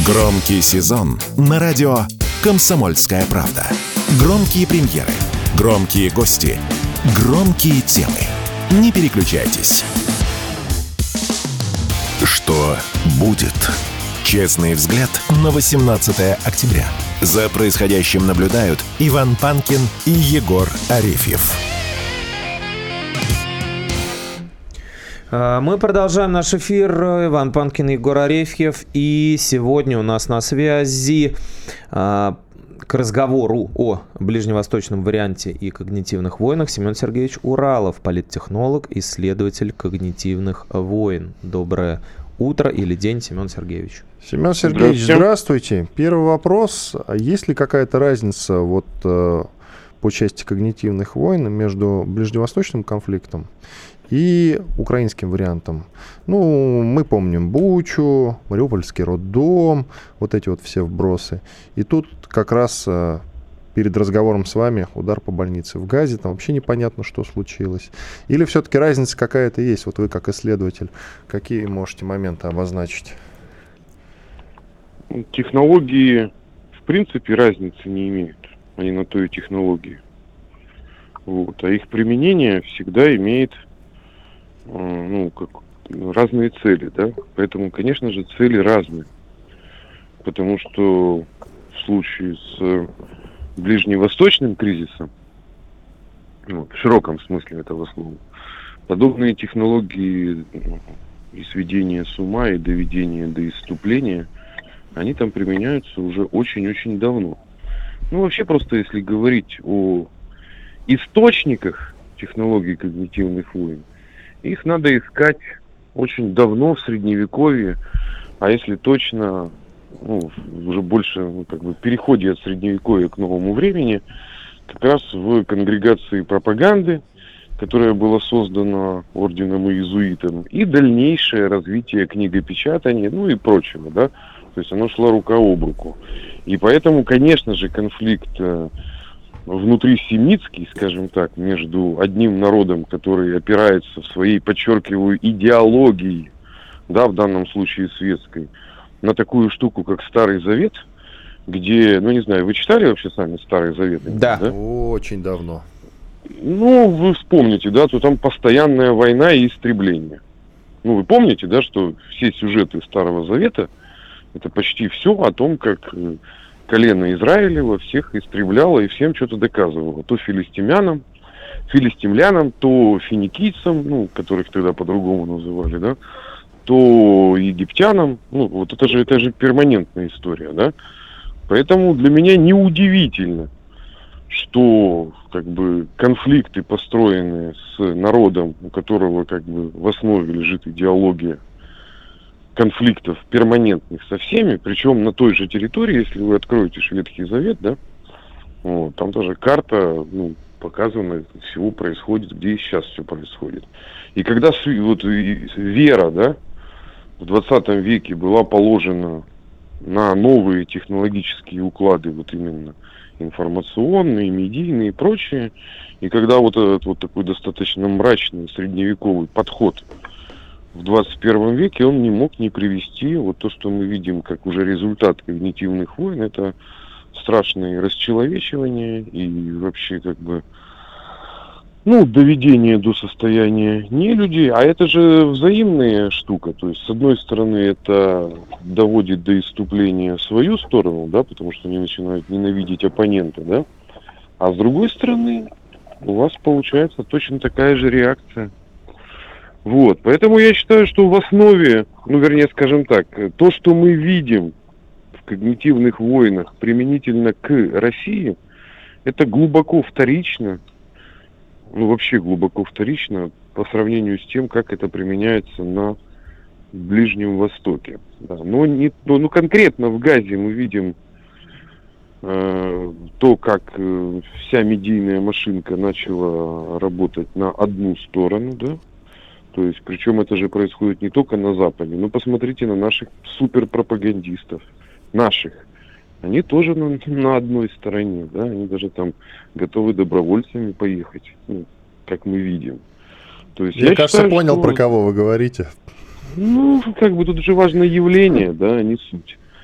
Громкий сезон на радио «Комсомольская правда». Громкие премьеры, громкие гости, громкие темы. Не переключайтесь. Что будет? Честный взгляд на 18 октября. За происходящим наблюдают Иван Панкин и Егор Арефьев. Мы продолжаем наш эфир. Иван Панкин и Егор Арефьев. И сегодня у нас на связи к разговору о ближневосточном варианте и когнитивных войнах Семен Сергеевич Уралов, политтехнолог, исследователь когнитивных войн. Доброе утро или день, Семен Сергеевич. Семен Сергеевич, здравствуйте. Первый вопрос. Есть ли какая-то разница по части когнитивных войн между ближневосточным конфликтом и украинским вариантом? Мы помним Бучу, Мариупольский роддом, вот эти вот все вбросы. И тут как раз перед разговором с вами удар по больнице в Газе, там вообще непонятно, что случилось. Или все-таки разница какая-то есть? Вот вы как исследователь, какие можете моменты обозначить? Технологии, в принципе, разницы не имеют. Они на то и технологии. А их применение всегда имеет разные цели, да? Поэтому, конечно же, цели разные. Потому что в случае с ближневосточным кризисом, в широком смысле этого слова, подобные технологии и сведения с ума, и доведения до исступления, они там применяются уже очень-очень давно. Вообще просто если говорить о источниках технологий когнитивных войн, их надо искать очень давно, в Средневековье, а если точно, уже больше в переходе от Средневековья к новому времени, как раз в конгрегации пропаганды, которая была создана орденом иезуитом, и дальнейшее развитие книгопечатания, и прочего, да, то есть оно шло рука об руку. И поэтому, конечно же, конфликт внутрисемитский, скажем так, между одним народом, который опирается в своей, подчеркиваю, идеологии, да, в данном случае светской, на такую штуку, как Старый Завет, где, не знаю, вы читали вообще сами Старый Завет? Да, очень давно. Вы вспомните, да, то там постоянная война и истребление. Вы помните, да, что все сюжеты Старого Завета, это почти все о том, как колено Израилева всех истребляло и всем что-то доказывало. То филистимлянам, то финикийцам, которых тогда по-другому называли, да, то египтянам. Это же перманентная история, да. Поэтому для меня неудивительно, что конфликты, построенные с народом, у которого в основе лежит идеология конфликтов перманентных со всеми, причем на той же территории, если вы откроете Ветхий Завет, да, там тоже карта, показано, всего происходит, где и сейчас все происходит. И когда вера, да, в 20 веке была положена на новые технологические уклады, именно информационные, медийные и прочие, и когда этот такой достаточно мрачный средневековый подход в 21 веке, он не мог не привести то, что мы видим как уже результат когнитивных войн, это страшное расчеловечивание и вообще доведение до состояния не людей, а это же взаимная штука. То есть, с одной стороны, это доводит до исступления свою сторону, да, потому что они начинают ненавидеть оппонента, да, а с другой стороны, у вас получается точно такая же реакция. Поэтому я считаю, что в основе, скажем так, то, что мы видим в когнитивных войнах применительно к России, это глубоко вторично, вообще глубоко вторично по сравнению с тем, как это применяется на Ближнем Востоке. Да. Конкретно в Газе мы видим то, как вся медийная машинка начала работать на одну сторону, да. То есть, причем это же происходит не только на Западе, посмотрите на наших суперпропагандистов, наших. Они тоже на одной стороне, да, они даже там готовы добровольцами поехать, как мы видим. То есть, я кажется, считаю, понял, про кого вы говорите. Тут же важно явление, да, а не суть.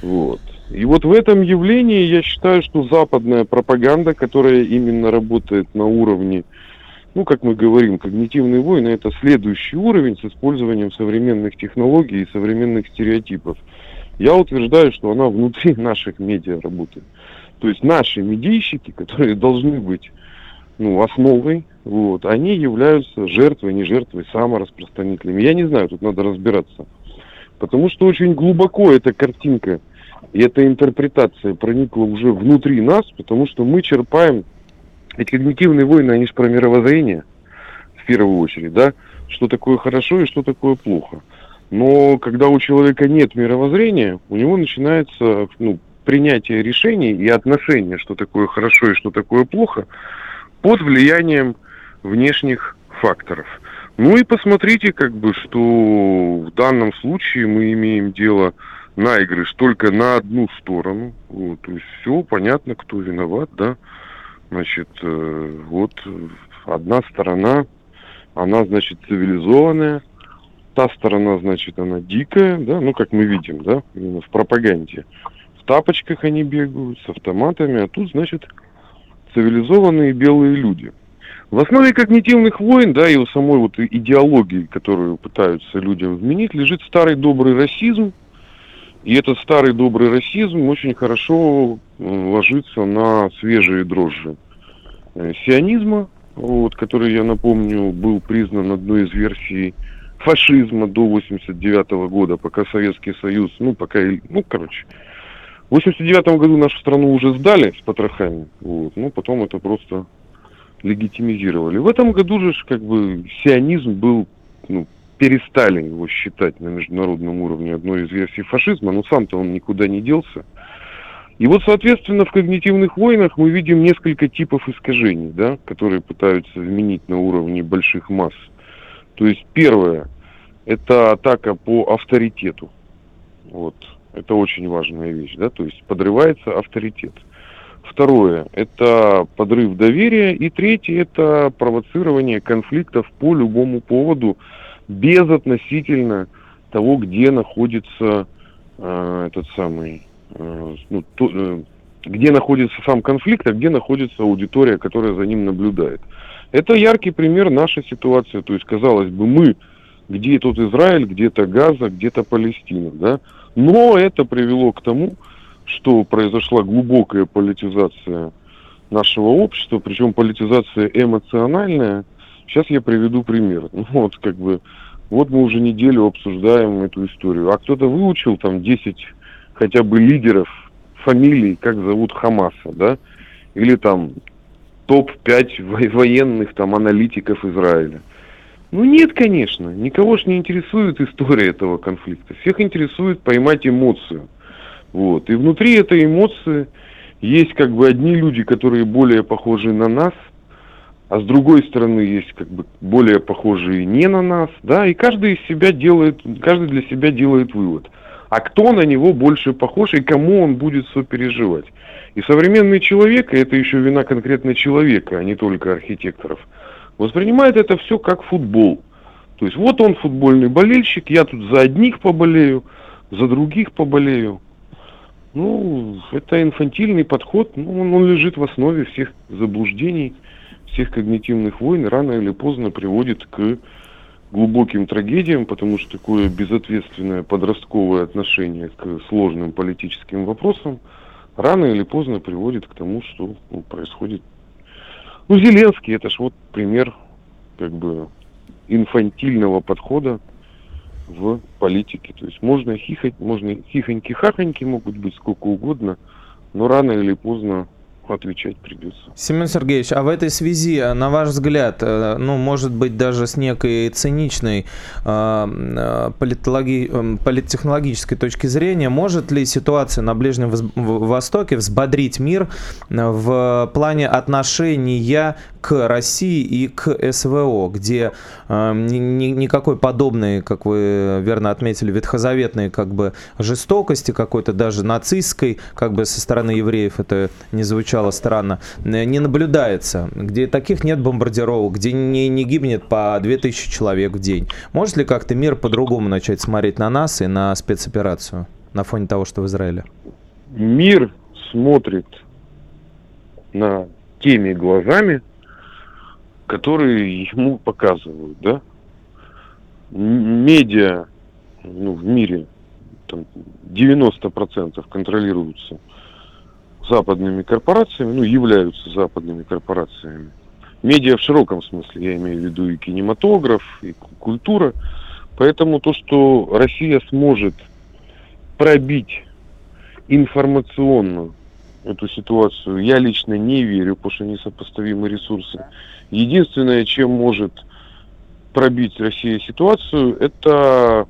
Вот. И вот в этом явлении я считаю, что западная пропаганда, которая именно работает на уровне, ну, как мы говорим, когнитивные войны, это следующий уровень с использованием современных технологий и современных стереотипов. Я утверждаю, что она внутри наших медиа работает. То есть наши медийщики, которые должны быть, ну, основой, вот, они являются жертвой, не жертвой, самораспространителями. Я не знаю, тут надо разбираться. Потому что очень глубоко эта картинка и эта интерпретация проникла уже внутри нас, потому что мы черпаем, эти когнитивные войны, они же про мировоззрение, в первую очередь, да, что такое хорошо и что такое плохо. Но когда у человека нет мировоззрения, у него начинается, ну, принятие решений и отношение, что такое хорошо и что такое плохо, под влиянием внешних факторов. Ну и посмотрите, как бы, что в данном случае мы имеем дело наигрыш только на одну сторону. Вот, то есть все понятно, кто виноват, да. Значит, вот одна сторона, она, значит, цивилизованная, та сторона, значит, она дикая, да, ну, как мы видим, да, именно в пропаганде. В тапочках они бегают, с автоматами, а тут, значит, цивилизованные белые люди. В основе когнитивных войн, да, и у самой вот идеологии, которую пытаются людям вменить, лежит старый добрый расизм. И этот старый добрый расизм очень хорошо ложится на свежие дрожжи сионизма, вот, который, я напомню, был признан одной из версий фашизма до 1989 года, пока Советский Союз, в 1989 году нашу страну уже сдали с потрохами, вот, потом это просто легитимизировали. В этом году же, как бы, сионизм был, перестали его считать на международном уровне одной из версий фашизма, но сам-то он никуда не делся. И вот, соответственно, в когнитивных войнах мы видим несколько типов искажений, да, которые пытаются вменить на уровне больших масс. То есть первое – это атака по авторитету. Вот. Это очень важная вещь, да, то есть подрывается авторитет. Второе – это подрыв доверия. И третье – это провоцирование конфликтов по любому поводу, безотносительно того, где находится где находится сам конфликт, а где находится аудитория, которая за ним наблюдает. Это яркий пример нашей ситуации. То есть, казалось бы, мы где тут Израиль, где-то Газа, где-то Палестина, да? Но это привело к тому, что произошла глубокая политизация нашего общества, причем политизация эмоциональная. Сейчас я приведу пример. Вот мы уже неделю обсуждаем эту историю. А кто-то выучил там 10 хотя бы лидеров, фамилий, как зовут Хамаса, да? Или там топ-5 военных там аналитиков Израиля. Нет, конечно, никого ж не интересует история этого конфликта. Всех интересует поймать эмоцию. Вот. И внутри этой эмоции есть как бы одни люди, которые более похожи на нас, а с другой стороны есть как бы более похожие не на нас, да, и каждый для себя делает вывод. А кто на него больше похож и кому он будет сопереживать. И современный человек, и это еще вина конкретно человека, а не только архитекторов, воспринимает это все как футбол. То есть вот он футбольный болельщик, я тут за одних поболею, за других поболею. Это инфантильный подход, он лежит в основе всех заблуждений, всех когнитивных войн, рано или поздно приводит к глубоким трагедиям, потому что такое безответственное подростковое отношение к сложным политическим вопросам рано или поздно приводит к тому, что происходит. Зеленский, это ж вот пример как бы инфантильного подхода в политике. То есть можно хихоньки-хахоньки могут быть сколько угодно, но рано или поздно отвечать придется. Семен Сергеевич, а в этой связи, на ваш взгляд, может быть даже с некой циничной политтехнологической точки зрения, может ли ситуация на Ближнем Востоке взбодрить мир в плане отношения к России и к СВО, где никакой подобной, как вы верно отметили, ветхозаветной как бы жестокости, какой-то даже нацистской, как бы со стороны евреев это не звучало странно, не наблюдается, где таких нет бомбардировок, где не гибнет по 2000 человек в день. Может ли как-то мир по-другому начать смотреть на нас и на спецоперацию? на фоне того, что в Израиле? Мир смотрит на теми глазами, которые ему показывают, да? Медиа в мире там, 90% контролируются западными корпорациями, являются западными корпорациями. Медиа в широком смысле, я имею в виду и кинематограф, и культура. Поэтому то, что Россия сможет пробить информационно эту ситуацию, я лично не верю, потому что несопоставимы ресурсы. Единственное, чем может пробить Россия ситуацию, это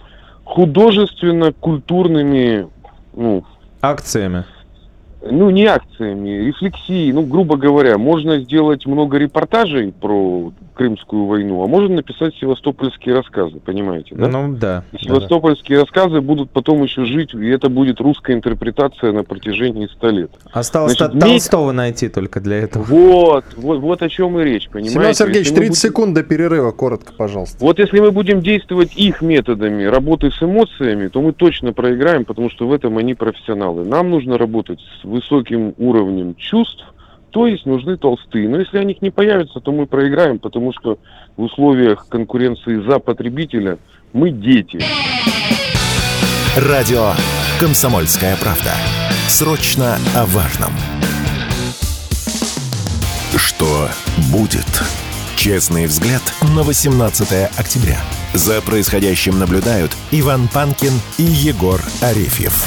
художественно-культурными акциями. Не акциями, рефлексией. Грубо говоря, можно сделать много репортажей про Крымскую войну, а можно написать севастопольские рассказы, понимаете, да? Да. И севастопольские рассказы будут потом еще жить, и это будет русская интерпретация на протяжении 100 лет. Осталось Толстого найти только для этого. Вот о чем и речь, понимаете? Семен Сергеевич, 30 секунд до перерыва, коротко, пожалуйста. Вот если мы будем действовать их методами работы с эмоциями, то мы точно проиграем, потому что в этом они профессионалы. Нам нужно работать с высоким уровнем чувств, то есть нужны толстые. Но если они не появятся, то мы проиграем, потому что в условиях конкуренции за потребителя мы дети. Радио «Комсомольская правда». Срочно о важном. Что будет? Честный взгляд на 18 октября. За происходящим наблюдают Иван Панкин и Егор Арефьев.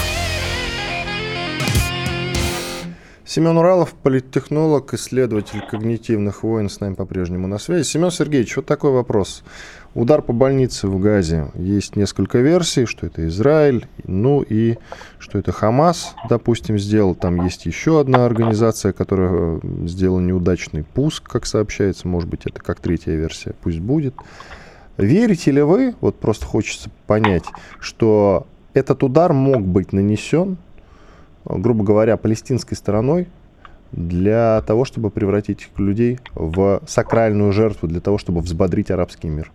Семен Уралов, политтехнолог, исследователь когнитивных войн, с нами по-прежнему на связи. Семен Сергеевич, вот такой вопрос. Удар по больнице в Газе. Есть несколько версий, что это Израиль, и что это Хамас, допустим, сделал. Там есть еще одна организация, которая сделала неудачный пуск, как сообщается. Может быть, это как третья версия, пусть будет. Верите ли вы, вот просто хочется понять, что этот удар мог быть нанесен, грубо говоря, палестинской стороной для того, чтобы превратить этих людей в сакральную жертву, для того, чтобы взбодрить арабский мир?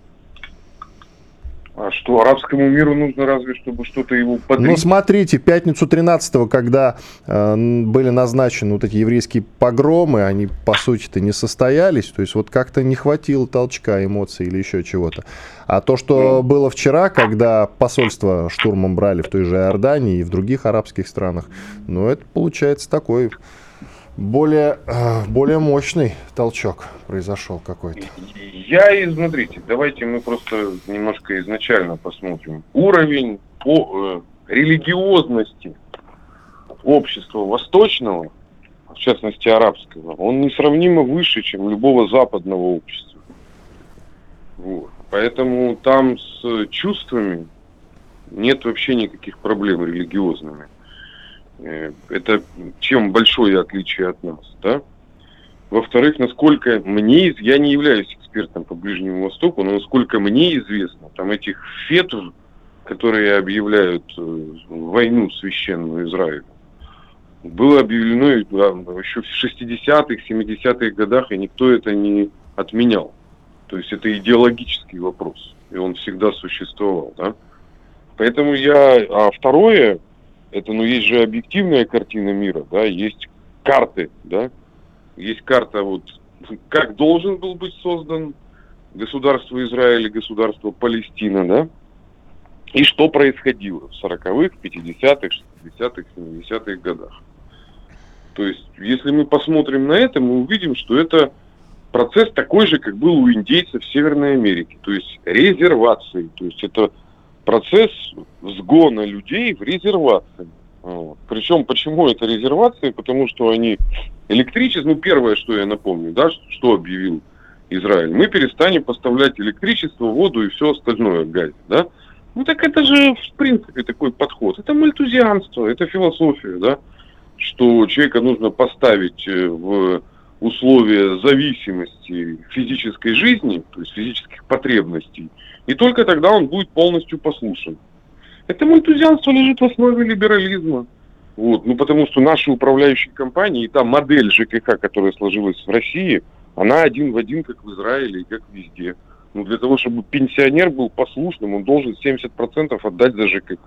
А что, арабскому миру нужно разве, чтобы что-то его подрить? Смотрите, в пятницу 13-го, когда были назначены вот эти еврейские погромы, они, по сути-то, не состоялись, то есть вот как-то не хватило толчка, эмоций или еще чего-то. А то, что было вчера, когда посольство штурмом брали в той же Иордании и в других арабских странах, это получается такой более мощный толчок произошел какой-то. Смотрите, давайте мы просто немножко изначально посмотрим. Уровень религиозности общества восточного, в частности арабского, он несравнимо выше, чем любого западного общества. Поэтому там с чувствами нет вообще никаких проблем религиозными. Это чем большое отличие от нас, да? Во-вторых, насколько я не являюсь экспертом по Ближнему Востоку, но насколько мне известно, там этих фетв, которые объявляют войну священную Израилю, было объявлено еще в 60-х, 70-х годах, и никто это не отменял. То есть это идеологический вопрос, и он всегда существовал, да? Поэтому А второе, это, есть же объективная картина мира, да, есть карты, да, есть карта, как должен был быть создан государство Израиль и государство Палестина, да, и что происходило в 40-х, 50-х, 60-х, 70-х годах. То есть, если мы посмотрим на это, мы увидим, что это процесс такой же, как был у индейцев в Северной Америке, то есть резервации, то есть это процесс сгона людей в резервации. Причем, почему это резервации? Потому что они электричество, первое, что я напомню, да, что объявил Израиль, мы перестанем поставлять электричество, воду и все остальное в Газе, да? Так это же, в принципе, такой подход. Это мальтузианство, это философия, да, что человека нужно поставить в условия зависимости физической жизни, то есть физических потребностей, и только тогда он будет полностью послушен. Это мальтузианство лежит в основе либерализма. Потому что наши управляющие компании и та модель ЖКХ, которая сложилась в России, она один в один, как в Израиле и как везде. Для того, чтобы пенсионер был послушным, он должен 70% отдать за ЖКХ.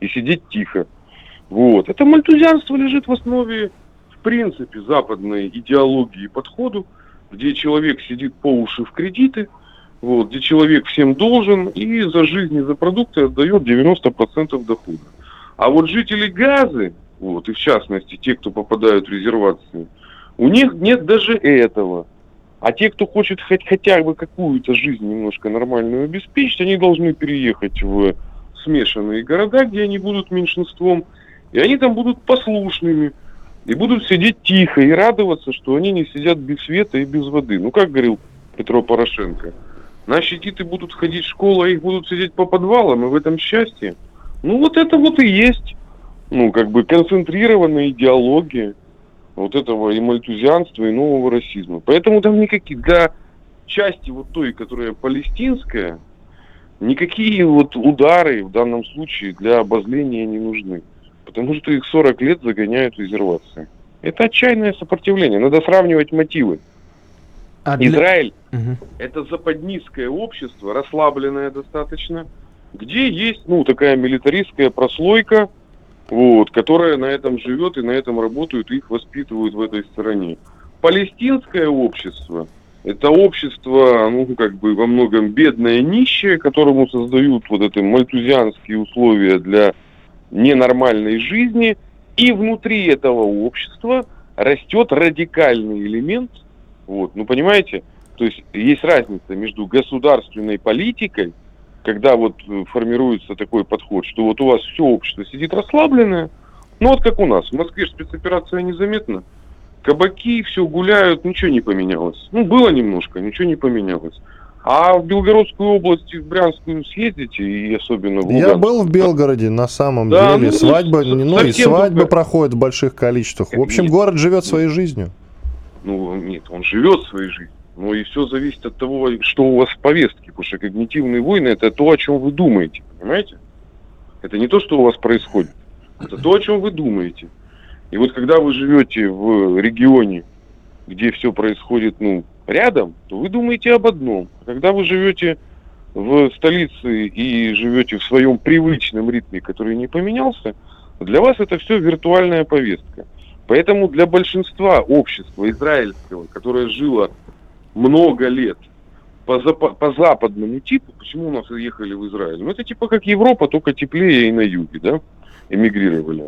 и сидеть тихо. Вот. Это мальтузианство лежит в основе, в принципе, западной идеологии и подходу, где человек сидит по уши в кредиты, вот, где человек всем должен и за жизнь и за продукты отдает 90% дохода. А вот жители Газы, вот, и в частности те, кто попадают в резервации, у них нет даже этого. А те, кто хочет хотя бы какую-то жизнь немножко нормальную обеспечить, они должны переехать в смешанные города, где они будут меньшинством, и они там будут послушными, и будут сидеть тихо, и радоваться, что они не сидят без света и без воды. Ну, как говорил Петро Порошенко, наши дети будут ходить в школу, а их будут сидеть по подвалам, и в этом счастье. Ну, вот это вот и есть, ну, как бы концентрированная идеология вот этого и мальтузианства, и нового расизма. Поэтому там никаких, для части вот той, которая палестинская, никакие вот удары в данном случае для обозления не нужны. Потому что их 40 лет загоняют в резервации. Это отчаянное сопротивление. Надо сравнивать мотивы. Израиль это западнистское общество, расслабленное достаточно, где есть, ну, такая милитаристская прослойка, вот, которая на этом живет и на этом работают, и их воспитывают в этой стране. Палестинское общество это общество, ну, как бы во многом бедное, нищее, которому создают вот эти мальтузианские условия для ненормальной жизни, и внутри этого общества растет радикальный элемент. Вот, ну, понимаете, то есть есть разница между государственной политикой, когда вот формируется такой подход, что вот у вас все общество сидит расслабленное, ну вот как у нас, в Москве спецоперация незаметна, кабаки, все гуляют, ничего не поменялось. Ну, было немножко, ничего не поменялось. А в Белгородскую область, в Брянскую съездите, и особенно в Луганск. Я был в Белгороде, на самом деле. Ну, свадьбы, ну и свадьбы проходят в больших количествах. В общем, город живет своей жизнью. Ну, нет, он живет своей жизнью. Но и все зависит от того, что у вас в повестке. Потому что когнитивные войны – это то, о чем вы думаете. Понимаете? Это не то, что у вас происходит. Это то, о чем вы думаете. И вот когда вы живете в регионе, где все происходит, ну, рядом, то вы думаете об одном. А когда вы живете в столице и живете в своем привычном ритме, который не поменялся, для вас это все виртуальная повестка. Поэтому для большинства общества израильского, которое жило много лет по западному типу, почему у нас ехали в Израиль? Ну, это типа как Европа, только теплее и на юге, да, эмигрировали.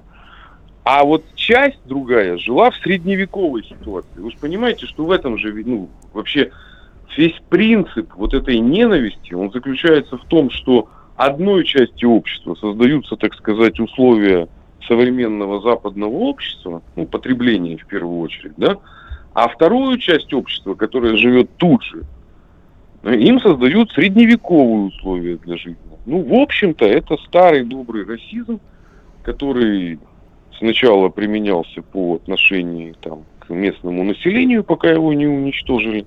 А вот часть другая жила в средневековой ситуации. Вы же понимаете, что в этом же, ну, вообще весь принцип вот этой ненависти, он заключается в том, что одной части общества создаются, так сказать, условия современного западного общества, ну, потребления в первую очередь, да, а вторую часть общества, которая живет тут же, им создают средневековые условия для жизни. Ну, в общем-то, это старый добрый расизм, который сначала применялся по отношению там, к местному населению, пока его не уничтожили.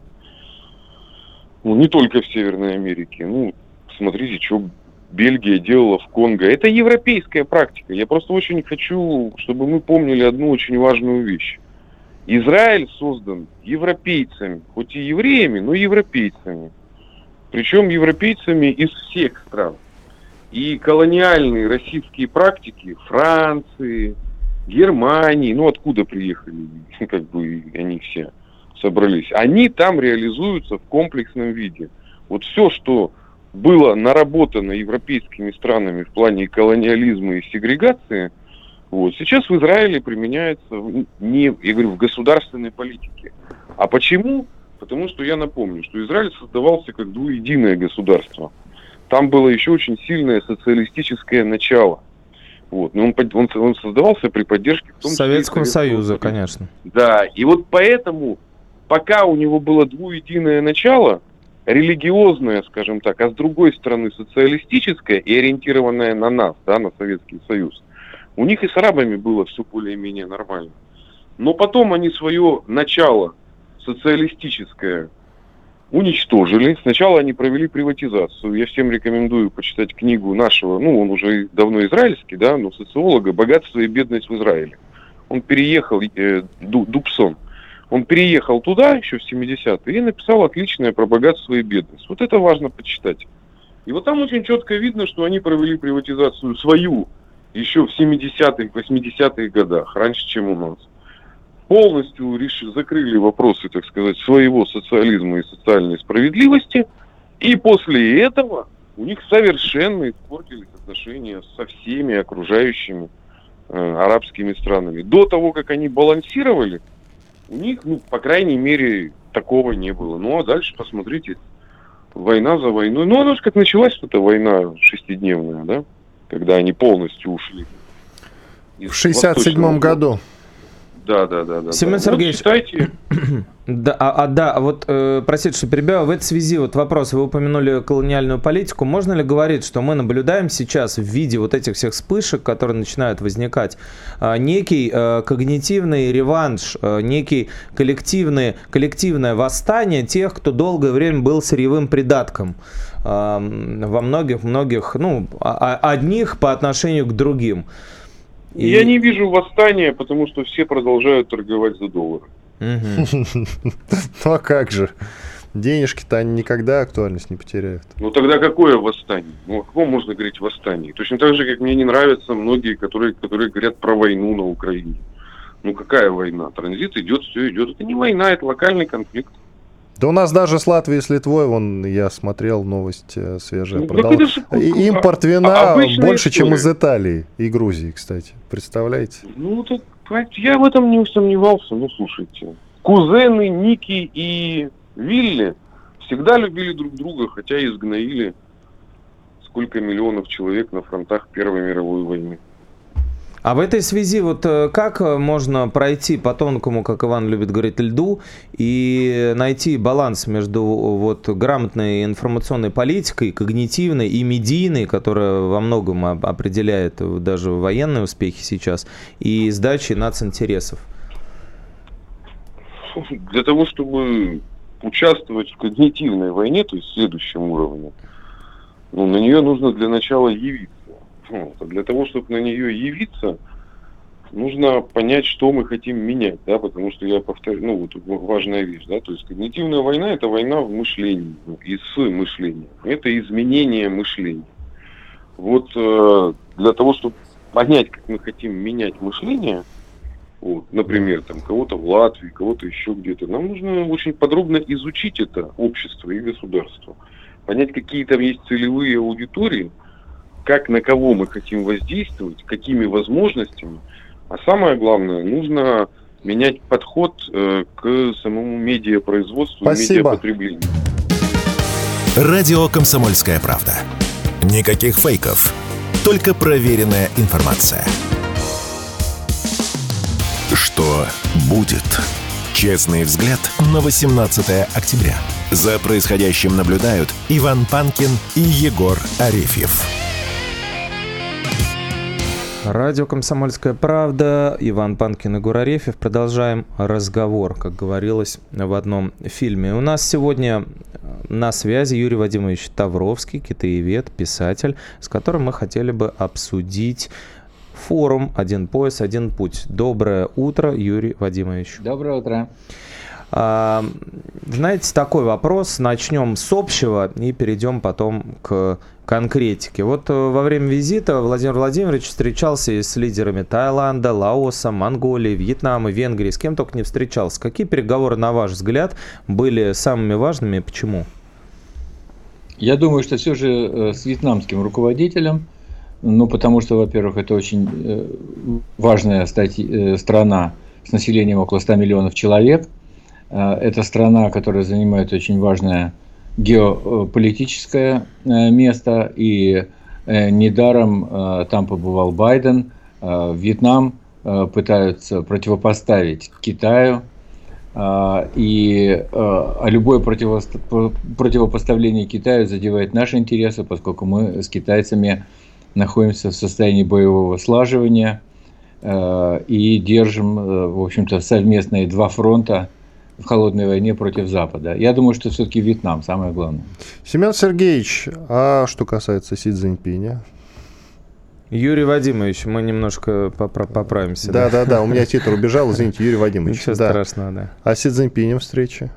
Ну, не только в Северной Америке. Ну, смотрите, что Бельгия делала в Конго. Это европейская практика. Я просто очень хочу, чтобы мы помнили одну очень важную вещь. Израиль создан европейцами, хоть и евреями, но европейцами. Причем европейцами из всех стран. И колониальные российские практики Франции, Германии, ну откуда приехали, как бы они все собрались, они там реализуются в комплексном виде. Вот все, что было наработано европейскими странами в плане колониализма и сегрегации, вот, сейчас в Израиле применяется не, я говорю, в государственной политике. А почему? Потому что я напомню, что Израиль создавался как двуединое государство. Там было еще очень сильное социалистическое начало. Вот. Но он создавался при поддержке в том числе Советского Союза, конечно. Да, и вот поэтому, пока у него было двуединое начало, религиозное, скажем так, а с другой стороны социалистическое и ориентированное на нас, да, на Советский Союз, у них и с арабами было все более-менее нормально. Но потом они свое начало социалистическое уничтожили. Сначала они провели приватизацию. Я всем рекомендую почитать книгу нашего, ну, он уже давно израильский, да, но социолога «Богатство и бедность в Израиле». Он переехал, Дубсон, он переехал туда еще в 70-е и написал отличное про богатство и бедность. Вот это важно почитать. И вот там очень четко видно, что они провели приватизацию свою еще в 70-х, 80-х годах, раньше, чем у нас, полностью закрыли вопросы, так сказать, своего социализма и социальной справедливости, и после этого у них совершенно испортились отношения со всеми окружающими арабскими странами. До того, как они балансировали, у них, по крайней мере, такого не было. Ну, а дальше посмотрите, война за войной. Ну, она же как началась, эта война шестидневная, да? Когда они полностью ушли. В 67-м году. Да. Семен Сергеевич, считайте... простите, что перебиваю, в этой связи вот вопрос, вы упомянули колониальную политику, можно ли говорить, что мы наблюдаем сейчас в виде вот этих всех вспышек, которые начинают возникать, некий когнитивный реванш, некий коллективное восстание тех, кто долгое время был сырьевым придатком во многих, одних по отношению к другим? Я не вижу восстания, потому что все продолжают торговать за доллары. Ну а как же? Денежки-то они никогда актуальность не потеряют. Ну тогда какое восстание? Ну о каком можно говорить восстании? Точно так же, как мне не нравятся многие, которые говорят про войну на Украине. Ну какая война? Транзит идет, все идет. Это не война, это локальный конфликт. Да у нас даже с Латвией и с Литвой, я смотрел новость свежая, импорт вина больше, чем из Италии и Грузии, кстати. Представляете? Ну, так, я в этом не сомневался. Ну, слушайте, кузены Ники и Вилли всегда любили друг друга, хотя и сгноили сколько миллионов человек на фронтах Первой мировой войны. А в этой связи вот как можно пройти по тонкому, как Иван любит говорить, льду и найти баланс между вот грамотной информационной политикой, когнитивной и медийной, которая во многом определяет даже военные успехи сейчас, и сдачей нацинтересов? Для того, чтобы участвовать в когнитивной войне, то есть в следующем уровне, на нее нужно для начала явиться. Для того, чтобы на нее явиться, нужно понять, что мы хотим менять, да, потому что я повторю, важная вещь, да, то есть когнитивная война — это война в мышлении, и с мышлением, это изменение мышления. Вот для того, чтобы понять, как мы хотим менять мышление, например, там кого-то в Латвии, кого-то еще где-то, нам нужно очень подробно изучить это общество и государство, понять, какие там есть целевые аудитории, как, на кого мы хотим воздействовать, какими возможностями. А самое главное, нужно менять подход к самому медиапроизводству и медиапотреблению. Радио «Комсомольская правда». Никаких фейков, только проверенная информация. Что будет? Честный взгляд на 18 октября. За происходящим наблюдают Иван Панкин и Егор Арефьев. Радио «Комсомольская правда», Иван Панкин и Егор Арефьев. Продолжаем разговор, как говорилось в одном фильме. У нас сегодня на связи Юрий Вадимович Тавровский, китаевед, писатель, с которым мы хотели бы обсудить форум «Один пояс, один путь». Доброе утро, Юрий Вадимович. Доброе утро. Знаете, такой вопрос. Начнем с общего и перейдем потом к конкретике. Вот во время визита Владимир Владимирович встречался и с лидерами Таиланда, Лаоса, Монголии, Вьетнама, Венгрии, с кем только не встречался. Какие переговоры, на ваш взгляд, были самыми важными и почему? Я думаю, что все же с вьетнамским руководителем, потому что, во-первых, это очень важная страна с населением около 100 миллионов человек. Это страна, которая занимает очень важное геополитическое место, и недаром там побывал Байден. Вьетнам пытаются противопоставить Китаю, и любое противопоставление Китаю задевает наши интересы, поскольку мы с китайцами находимся в состоянии боевого слаживания и держим, в общем-то, совместные два фронта в холодной войне против Запада. Я думаю, что все-таки Вьетнам самое главное. Семен Сергеевич, а что касается Си Цзиньпиня? Юрий Вадимович, мы немножко поправимся. Да, у меня титр убежал, извините, Юрий Вадимович. Ничего страшного, да. А с Си Цзиньпинем встреча?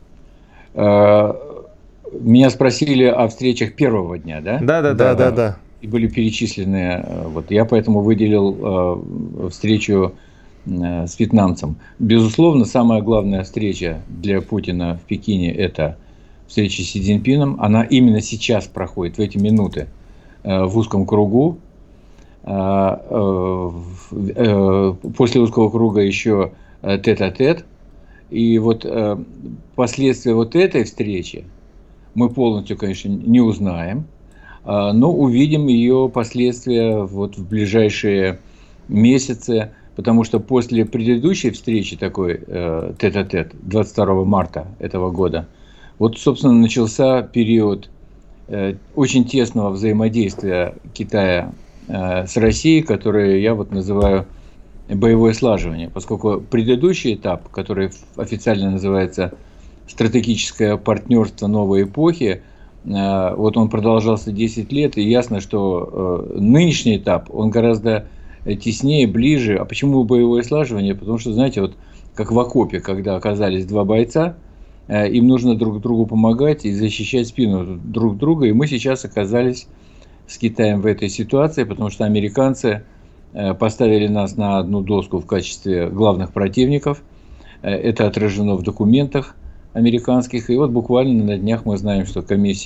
Меня спросили о встречах первого дня, да? Да. и были перечислены. Вот я поэтому выделил встречу с вьетнамцем. Безусловно, самая главная встреча для Путина в Пекине – это встреча с Си Цзиньпином. Она именно сейчас проходит, в эти минуты, в узком кругу. После узкого круга еще тет-а-тет. И вот последствия вот этой встречи мы полностью, конечно, не узнаем, но увидим ее последствия вот в ближайшие месяцы, потому что после предыдущей встречи такой тет-а-тет 22 марта этого года, вот, собственно, начался период очень тесного взаимодействия Китая с Россией, который я вот называю боевое слаживание, поскольку предыдущий этап, который официально называется стратегическое партнерство новой эпохи, вот он продолжался 10 лет, и ясно, что нынешний этап, он гораздо теснее, ближе. А почему боевое слаживание? Потому что, знаете, вот как в окопе, когда оказались два бойца, им нужно друг другу помогать и защищать спину друг друга, и мы сейчас оказались с Китаем в этой ситуации, потому что американцы поставили нас на одну доску в качестве главных противников. Это отражено в документах американских. И вот буквально на днях мы знаем, что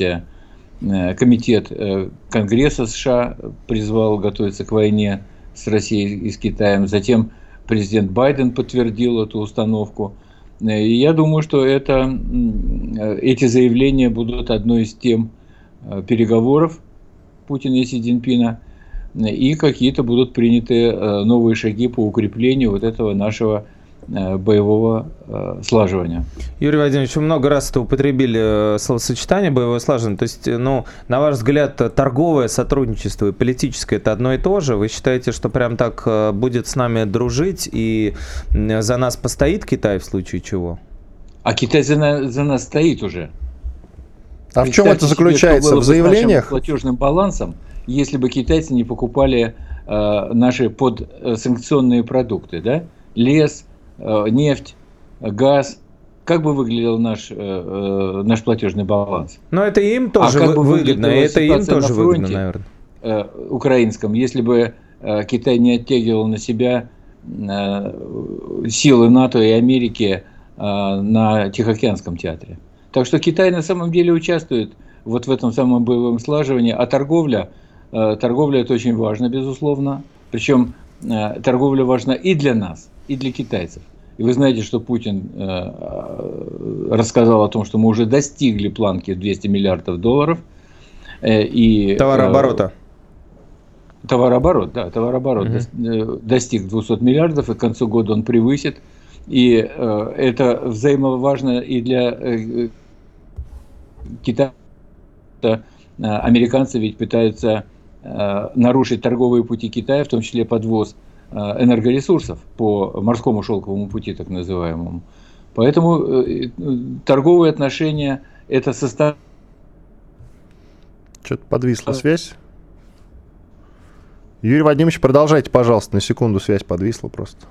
комитет Конгресса США призвал готовиться к войне с Россией и с Китаем. Затем президент Байден подтвердил эту установку. И я думаю, что эти заявления будут одной из тем переговоров Путина и Си Цзиньпина. И какие-то будут приняты новые шаги по укреплению вот этого нашего боевого слаживания. Юрий Владимирович, вы много раз употребили словосочетание боевое слаживание. То есть, на ваш взгляд, торговое сотрудничество и политическое – это одно и то же? Вы считаете, что прям так будет с нами дружить и за нас постоит Китай в случае чего? А Китай за нас стоит уже. А в чем это заключается? В заявлениях? С платежным балансом, если бы китайцы не покупали наши подсанкционные продукты, да? Лес, нефть, газ. Как бы выглядел наш платежный баланс? Но это им тоже выгодно. Это им тоже выгодно, наверное. Украинском, если бы Китай не оттягивал на себя силы НАТО и Америки на Тихоокеанском театре. Так что Китай на самом деле участвует вот в этом самом боевом слаживании, а торговля это очень важно, безусловно. Причем торговля важна и для нас, и для китайцев. И вы знаете, что Путин рассказал о том, что мы уже достигли планки в $200 миллиардов. И товарооборота. Товарооборот достиг 200 миллиардов, и к концу года он превысит. И это взаимоважно и для Китая. Американцы ведь пытаются нарушить торговые пути Китая, в том числе подвоз энергоресурсов по морскому шелковому пути, так называемому. Поэтому торговые отношения – это состав... Что-то подвисла связь. Юрий Вадимович, продолжайте, пожалуйста, на секунду связь подвисла просто.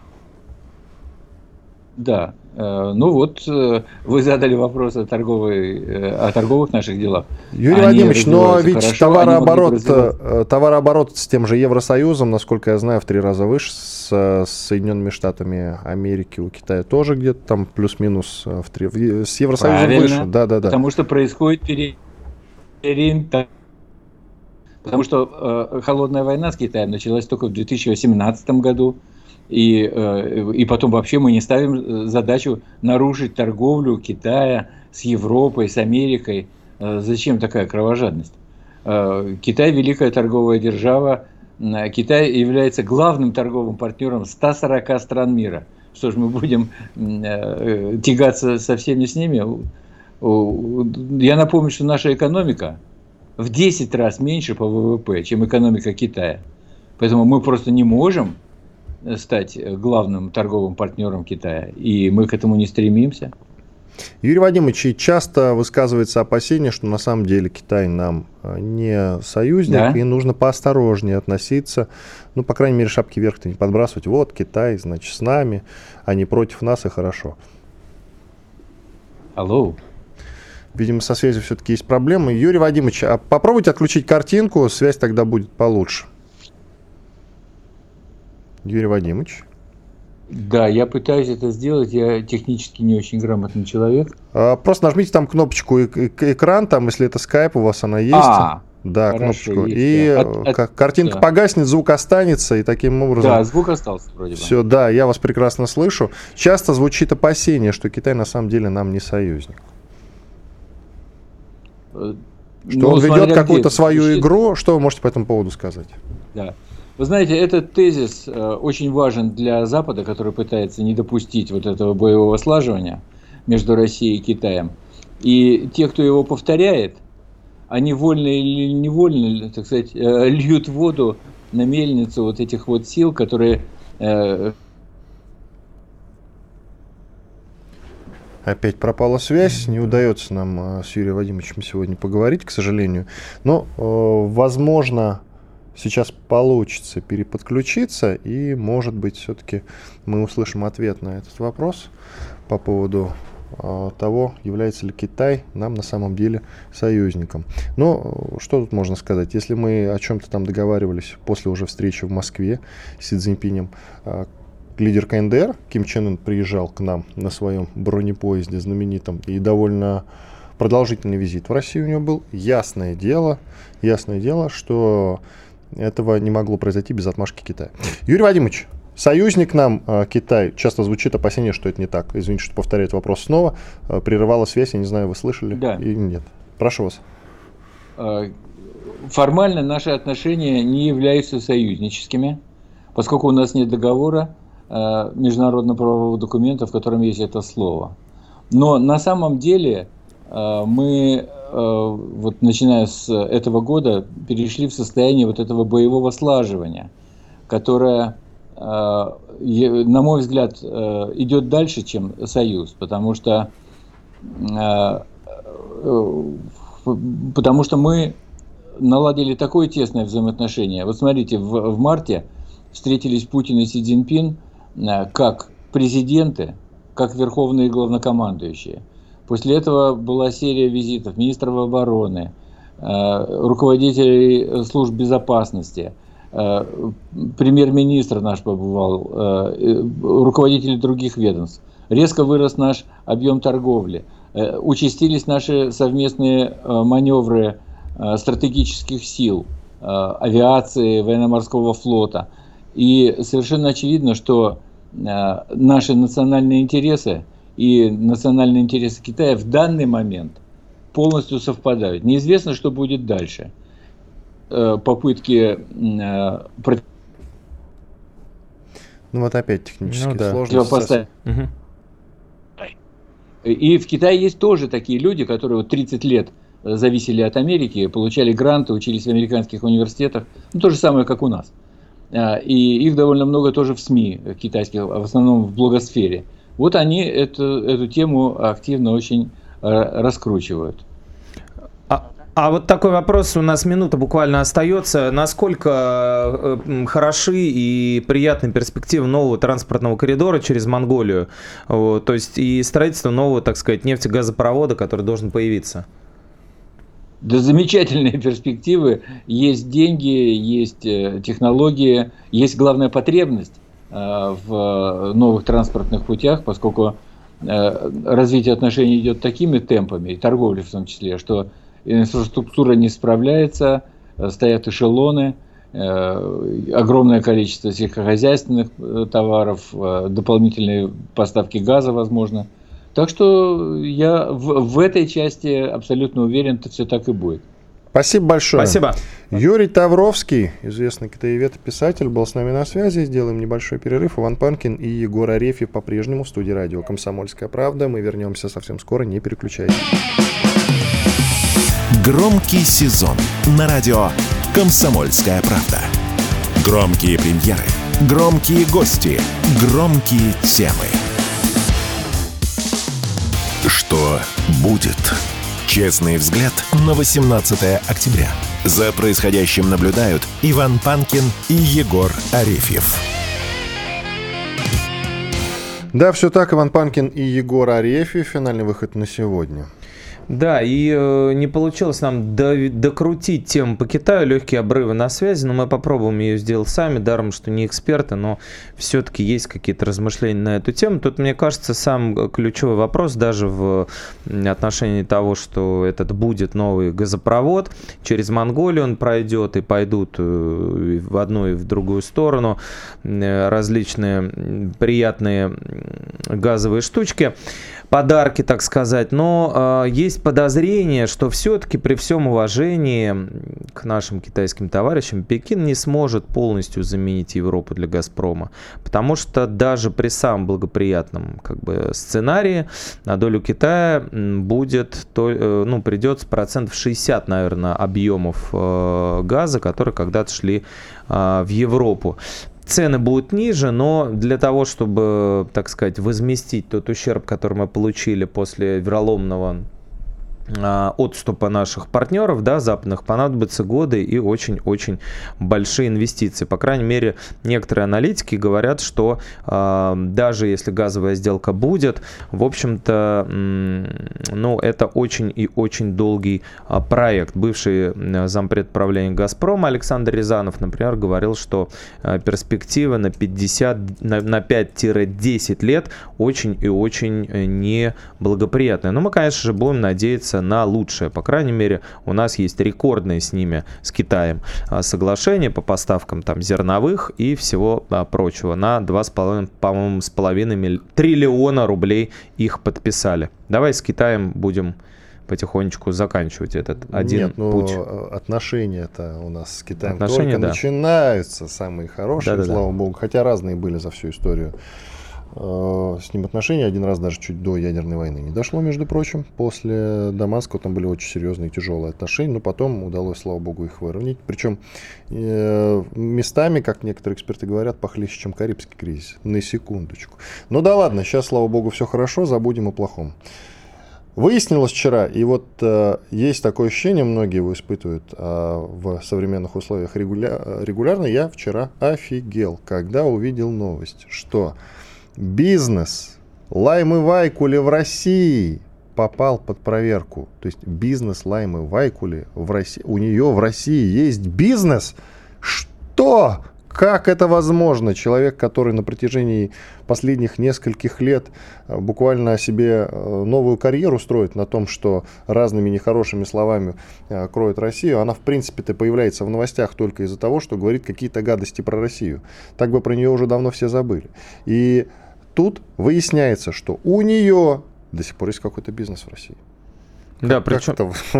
Да, вы задали вопрос о торговых наших делах. Юрий Владимирович, но ведь товарооборот с тем же Евросоюзом, насколько я знаю, в 3 раза выше, с Соединенными Штатами Америки, у Китая тоже где-то там плюс-минус в 3. С Евросоюзом выше. Да. Потому что происходит переориентация. Потому что холодная война с Китаем началась только в 2018 году. И потом вообще мы не ставим задачу нарушить торговлю Китая с Европой, с Америкой. Зачем такая кровожадность? Китай – великая торговая держава. Китай является главным торговым партнером 140 стран мира. Что ж, мы будем тягаться со всеми с ними? Я напомню, что наша экономика в 10 раз меньше по ВВП, чем экономика Китая. Поэтому мы просто не можем стать главным торговым партнером Китая, и мы к этому не стремимся. Юрий Вадимович, часто высказывается опасение, что на самом деле Китай нам не союзник, да? И нужно поосторожнее относиться, по крайней мере, шапки вверх-то не подбрасывать. Вот Китай, значит, с нами, а не против нас, и хорошо. Алло. Видимо, со связью все-таки есть проблемы. Юрий Вадимович, а попробуйте отключить картинку, связь тогда будет получше. Юрий Вадимович. Да, я пытаюсь это сделать, я технически не очень грамотный человек. Просто нажмите там кнопочку «Экран», там, если это скайп, у вас она есть. Да, хорошо, кнопочку. Есть, и картинка погаснет, звук останется, и таким образом... Да, звук остался вроде бы. Все, да, я вас прекрасно слышу. Часто звучит опасение, что Китай на самом деле нам не союзник. Что он ведет какую-то свою игру. Что вы можете по этому поводу сказать? Да. Вы знаете, этот тезис очень важен для Запада, который пытается не допустить вот этого боевого слаживания между Россией и Китаем. И те, кто его повторяет, они вольно или невольно, так сказать, льют воду на мельницу вот этих вот сил, которые... Опять пропала связь, не удается нам с Юрием Вадимовичем сегодня поговорить, к сожалению. Но, возможно, сейчас получится переподключиться, и, может быть, все-таки мы услышим ответ на этот вопрос по поводу того, является ли Китай нам на самом деле союзником. Но что тут можно сказать? Если мы о чем-то там договаривались после уже встречи в Москве с Си Цзиньпинем, лидер КНДР Ким Чен Ын приезжал к нам на своем бронепоезде знаменитом, и довольно продолжительный визит в Россию у него был. Ясное дело, что этого не могло произойти без отмашки Китая. Юрий Вадимович, союзник нам Китай. Часто звучит опасение, что это не так. Извините, что повторяет вопрос снова. Прерывала связь, я не знаю, вы слышали или нет. Прошу вас. Формально наши отношения не являются союзническими, поскольку у нас нет договора международно-правового документа, в котором есть это слово. Но на самом деле мы, вот начиная с этого года, перешли в состояние вот этого боевого слаживания, которое, на мой взгляд, идет дальше, чем союз, потому что мы наладили такое тесное взаимоотношение. Вот смотрите, в марте встретились Путин и Си Цзиньпин как президенты, как верховные главнокомандующие. После этого была серия визитов министров обороны, руководителей служб безопасности, премьер-министр наш побывал, руководители других ведомств. Резко вырос наш объем торговли, участились наши совместные маневры стратегических сил, авиации, военно-морского флота. И совершенно очевидно, что наши национальные интересы и национальные интересы Китая в данный момент полностью совпадают. Неизвестно, что будет дальше. Попытки... Ну вот опять технически сложности. И в Китае есть тоже такие люди, которые вот 30 лет зависели от Америки, получали гранты, учились в американских университетах. Ну, то же самое, как у нас. И их довольно много тоже в СМИ китайских, в основном в блогосфере. Вот они эту тему активно очень раскручивают. А вот такой вопрос, у нас минута буквально остается. Насколько хороши и приятны перспективы нового транспортного коридора через Монголию? То есть и строительство нового, так сказать, нефтегазопровода, который должен появиться? Да, замечательные перспективы. Есть деньги, есть технологии, есть, главная, потребность в новых транспортных путях, поскольку развитие отношений идет такими темпами, и торговли в том числе, что инфраструктура не справляется, стоят эшелоны, огромное количество сельскохозяйственных товаров, дополнительные поставки газа, возможно. Так что я в этой части абсолютно уверен, что все так и будет. Спасибо большое. Спасибо. Юрий Тавровский, известный китаевед и писатель, был с нами на связи. Сделаем небольшой перерыв. Иван Панкин и Егор Арефьев по-прежнему в студии радио «Комсомольская правда». Мы вернемся совсем скоро, не переключайтесь. Громкий сезон на радио «Комсомольская правда». Громкие премьеры, громкие гости, громкие темы. Что будет? Честный взгляд на 18 октября. За происходящим наблюдают Иван Панкин и Егор Арефьев. Да, все так. Иван Панкин и Егор Арефьев. Финальный выход на сегодня. Да, и не получилось нам докрутить тему по Китаю, легкие обрывы на связи, но мы попробуем ее сделать сами, даром, что не эксперты, но все-таки есть какие-то размышления на эту тему. Тут, мне кажется, сам ключевой вопрос даже в отношении того, что этот будет новый газопровод, через Монголию он пройдет, и пойдут в одну и в другую сторону различные приятные газовые штучки, подарки, так сказать, но есть подозрение, что все-таки при всем уважении к нашим китайским товарищам Пекин не сможет полностью заменить Европу для «Газпрома», потому что даже при самом благоприятном сценарии на долю Китая придется 60%, наверное, объемов газа, которые когда-то шли в Европу. Цены будут ниже, но для того, чтобы, так сказать, возместить тот ущерб, который мы получили после вероломного отступа наших партнеров, да, западных, понадобятся годы и очень-очень большие инвестиции. По крайней мере, некоторые аналитики говорят, что даже если газовая сделка будет, в общем-то, это очень и очень долгий проект. Бывший зампред правления «Газпрома» Александр Рязанов, например, говорил, что перспективы на 5-10 лет очень и очень неблагоприятные. Но мы, конечно же, будем надеяться на лучшее. По крайней мере, у нас есть рекордное с ними, с Китаем, соглашение по поставкам зерновых и всего прочего. На 2,5 триллиона рублей их подписали. Давай с Китаем будем потихонечку заканчивать этот один путь. Отношения-то у нас с Китаем только начинаются, самые хорошие, слава богу, хотя разные были за всю историю. С ним отношения один раз даже чуть до ядерной войны не дошло, между прочим. После Дамаска там были очень серьезные тяжелые отношения, но потом удалось, слава богу, их выровнять. Причем местами, как некоторые эксперты говорят, похлеще, чем Карибский кризис. На секундочку. Ну да ладно, сейчас, слава богу, все хорошо, забудем о плохом. Выяснилось вчера, и есть такое ощущение, многие его испытывают в современных условиях регулярно. Я вчера офигел, когда увидел новость, что бизнес Лаймы Вайкуле в России попал под проверку. То есть бизнес Лаймы Вайкуле в России. У нее в России есть бизнес? Что? Как это возможно? Человек, который на протяжении последних нескольких лет буквально себе новую карьеру строит на том, что разными нехорошими словами кроет Россию, она в принципе-то появляется в новостях только из-за того, что говорит какие-то гадости про Россию. Так бы про нее уже давно все забыли. И тут выясняется, что у нее до сих пор есть какой-то бизнес в России. Да, причем...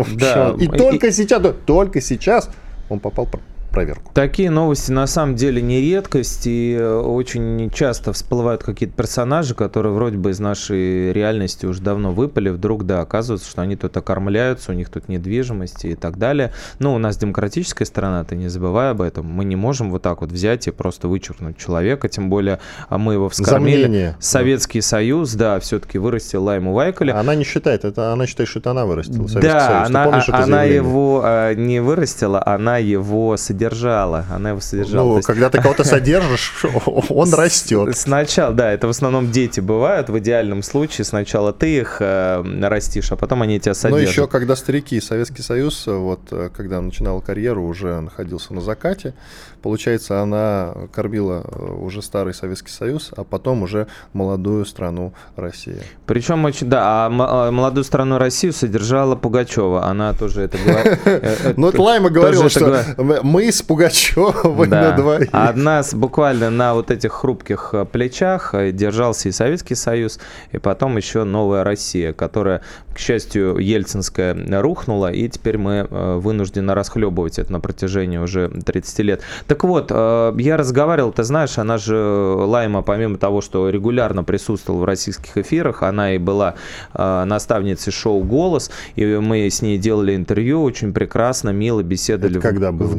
И только сейчас он попал под проверку. Такие новости на самом деле не редкость, и очень часто всплывают какие-то персонажи, которые вроде бы из нашей реальности уже давно выпали, вдруг, оказывается, что они тут окормляются, у них тут недвижимость и так далее. Но у нас демократическая страна, ты не забывай об этом. Мы не можем вот так вот взять и просто вычеркнуть человека, тем более мы его вскормили. Замнение. Советский Союз, все-таки вырастил Лайму Вайкуле. Она не считает, она считает, что это она вырастила Советский Союз. Да, она его не вырастила, она его содержала. Она его содержала. Когда ты кого-то содержишь, он растет. Сначала, это в основном дети бывают. В идеальном случае сначала ты их растишь, а потом они тебя содержат. Но еще когда старики, Советский Союз, когда начинал карьеру, уже находился на закате. Получается, она кормила уже старый Советский Союз, а потом уже молодую страну Россия. Причем молодую страну Россию содержала Пугачева. Она тоже это говорила. Лайма говорила, что мы с Пугачевой на двоих. Одна буквально на вот этих хрупких плечах держался и Советский Союз, и потом еще новая Россия, которая, к счастью, ельцинская рухнула, и теперь мы вынуждены расхлебывать это на протяжении уже 30 лет. Так вот, я разговаривал, ты знаешь, она же, Лайма, помимо того, что регулярно присутствовала в российских эфирах, она и была наставницей шоу «Голос», и мы с ней делали интервью, очень прекрасно, мило беседовали в гримерке.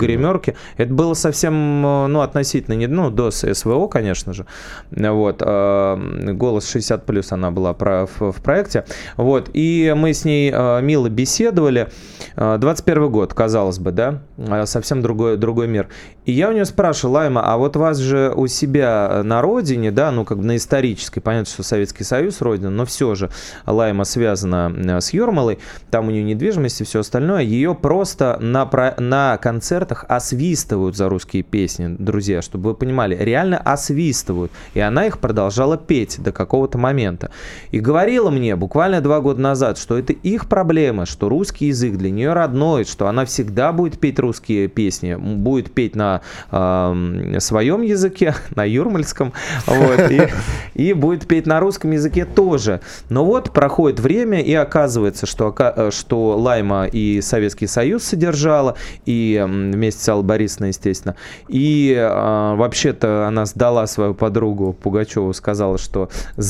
ТикТоке. Это было совсем, относительно, до СВО, конечно же. Вот. «Голос 60+» она была в проекте. Вот. И мы с ней мило беседовали. 21 год, казалось бы, да? Совсем другой мир. И я у нее спрашиваю: Лайма, а вот вас же у себя на родине, да, на исторической, понятно, что Советский Союз родина, но все же Лайма связана с Юрмалой, там у нее недвижимость и все остальное, ее просто на концертах освистывают за русские песни, друзья, чтобы вы понимали, реально освистывают, и она их продолжала петь до какого-то момента. И говорила мне буквально 2 года назад, что это их проблема, что русский язык для нее родной, что она всегда будет петь русские песни, будет петь на своем языке, на юрмальском, вот, и будет петь на русском языке тоже. Но вот проходит время, и оказывается, что Лайма и Советский Союз содержала, и вместе с Аллой Борисовной, естественно. И вообще-то она сдала свою подругу Пугачеву, сказала, что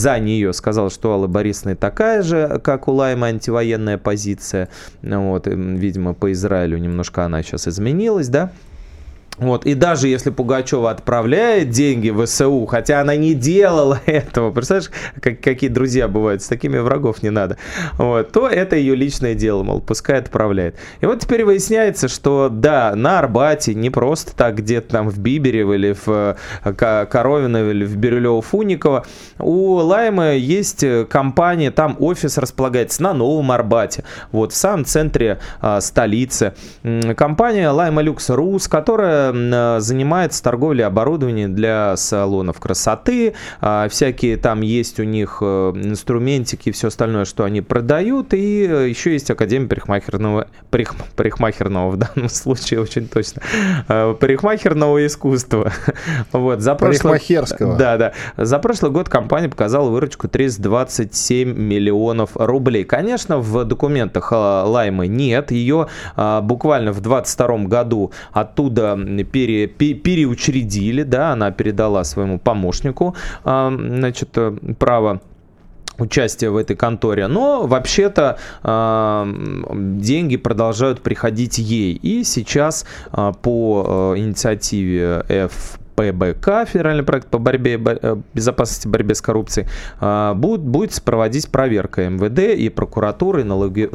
у Аллы Борисовны такая же, как у Лаймы, антивоенная позиция. Вот, видимо, по Израилю немножко она сейчас изменилась, да? Вот, и даже если Пугачева отправляет деньги в ВСУ, хотя она не делала этого, представляешь, какие друзья бывают, с такими врагов не надо, вот, то это ее личное дело, мол, пускай отправляет. И вот теперь выясняется, что да, на Арбате, не просто так где-то там в Биберево или в Коровино или в Бирюлево-Фуниково, у Лаймы есть компания, там офис располагается на Новом Арбате, вот, в самом центре столицы. Компания Лайма Люкс Рус, которая занимается торговлей оборудованием для салонов красоты, всякие там есть у них инструментики и все остальное, что они продают, и еще есть Академия парикмахерного в данном случае очень точно, парикмахерного искусства. Вот, парикмахерского. Да. За прошлый год компания показала выручку 327 миллионов рублей. Конечно, в документах Лаймы нет, ее буквально в 22 году оттуда переучредили, да, она передала своему помощнику, право участия в этой конторе, но вообще-то деньги продолжают приходить ей, и сейчас по инициативе ФПБК, федеральный проект по безопасности и борьбе с коррупцией, будет проводить проверка МВД и прокуратуры,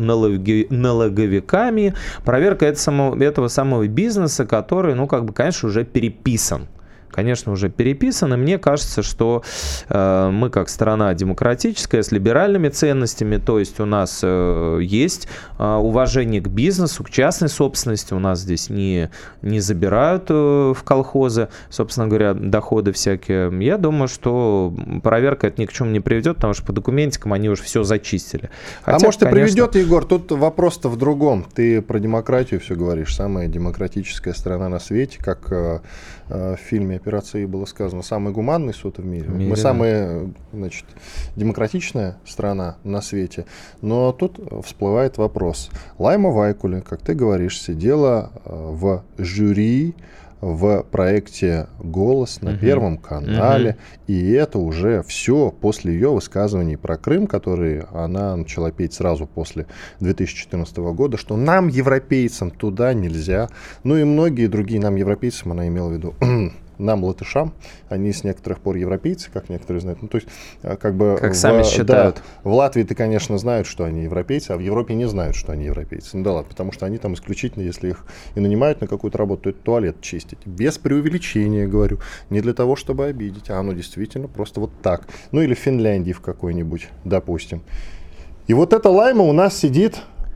налоговиками, проверка этого самого бизнеса, который, конечно, уже переписан. Конечно, уже переписано. Мне кажется, что мы как страна демократическая, с либеральными ценностями, то есть у нас есть уважение к бизнесу, к частной собственности, у нас здесь не забирают в колхозы, собственно говоря, доходы всякие. Я думаю, что проверка это ни к чему не приведет, потому что по документикам они уже все зачистили. Хотя, может, и приведет, Егор, тут вопрос-то в другом. Ты про демократию все говоришь, самая демократическая страна на свете, как в фильме «Операции» было сказано, самый гуманный суд в мире. Мы самая, демократичная страна на свете. Но тут всплывает вопрос. Лайма Вайкуле, как ты говоришь, сидела в жюри в проекте «Голос» на Первом канале, и это уже все после ее высказываний про Крым, которые она начала петь сразу после 2014 года, что нам, европейцам, туда нельзя. Ну и многие другие нам, европейцам, она имела в виду, нам, латышам, они с некоторых пор европейцы, как некоторые знают. Ну, то есть, как сами считают. Да, в Латвии-то, конечно, знают, что они европейцы, а в Европе не знают, что они европейцы. Ну да ладно, потому что они там исключительно, если их и нанимают на какую-то работу, то это туалет чистить. Без преувеличения, говорю. Не для того, чтобы обидеть, а оно действительно просто вот так. Ну или в Финляндии в какой-нибудь, допустим. И вот эта Лайма у нас сидит...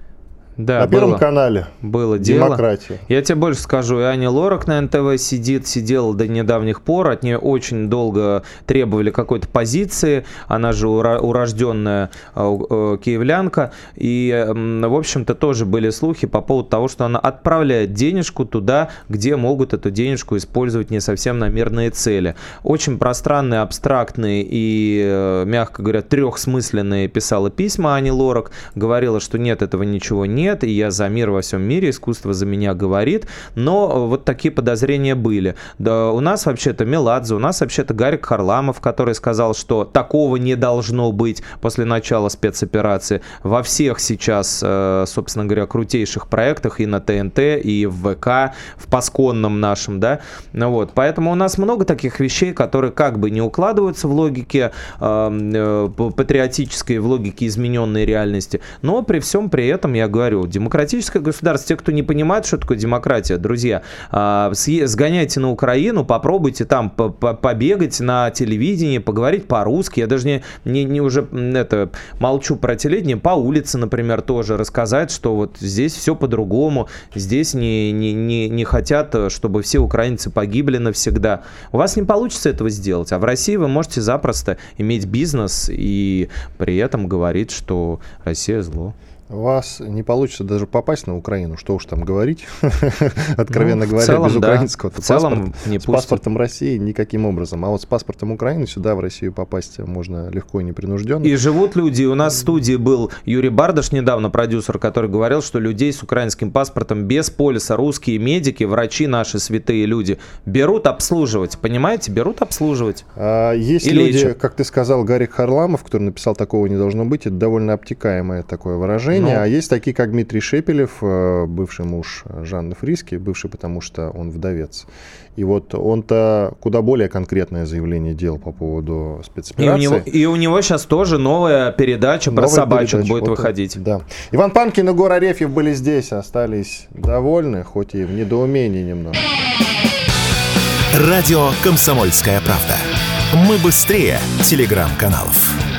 Да, на Первом канале. Было дело. Демократия. Я тебе больше скажу, и Аня Лорак на НТВ сидела до недавних пор, от нее очень долго требовали какой-то позиции, она же урожденная киевлянка, и, в общем-то, тоже были слухи по поводу того, что она отправляет денежку туда, где могут эту денежку использовать не совсем на мирные цели. Очень пространные, абстрактные и, мягко говоря, трехсмысленные писала письма Ани Лорак, говорила, что нет, этого ничего нет, нет, и я за мир во всем мире, искусство за меня говорит, но вот такие подозрения были. Да, у нас вообще-то Меладзе, у нас вообще-то Гарик Харламов, который сказал, что такого не должно быть после начала спецоперации. Во всех сейчас, собственно говоря, крутейших проектах и на ТНТ, и в ВК, в пасконном нашем, да, вот. Поэтому у нас много таких вещей, которые как бы не укладываются в логике патриотической, в логике измененной реальности, но при всем при этом, я говорю, демократическое государство, те, кто не понимает, что такое демократия, друзья, сгоняйте на Украину, попробуйте там побегать на телевидении, поговорить по-русски, я даже не уже молчу про телевидение, по улице, например, тоже рассказать, что вот здесь все по-другому, здесь не хотят, чтобы все украинцы погибли навсегда. У вас не получится этого сделать, а в России вы можете запросто иметь бизнес и при этом говорить, что Россия зло. У вас не получится даже попасть на Украину, что уж там говорить, откровенно говоря, без украинского паспорта. С паспортом России никаким образом. А вот с паспортом Украины сюда, в Россию, попасть можно легко и непринужденно. И живут люди. У нас в студии был Юрий Бардаш недавно, продюсер, который говорил, что людей с украинским паспортом без полиса, русские медики, врачи наши, святые люди, берут обслуживать. Понимаете? Берут обслуживать. Есть люди, как ты сказал, Гарик Харламов, который написал «Такого не должно быть». Это довольно обтекаемое такое выражение. А есть такие, как Дмитрий Шепелев, бывший муж Жанны Фриске, бывший, потому что он вдовец. И вот он-то куда более конкретное заявление делал по поводу спецоперации. И у него сейчас тоже новая передача про собачек будет выходить. Да. Иван Панкин и Егор Арефьев были здесь, остались довольны, хоть и в недоумении немного. Радио «Комсомольская правда». Мы быстрее телеграм-каналов.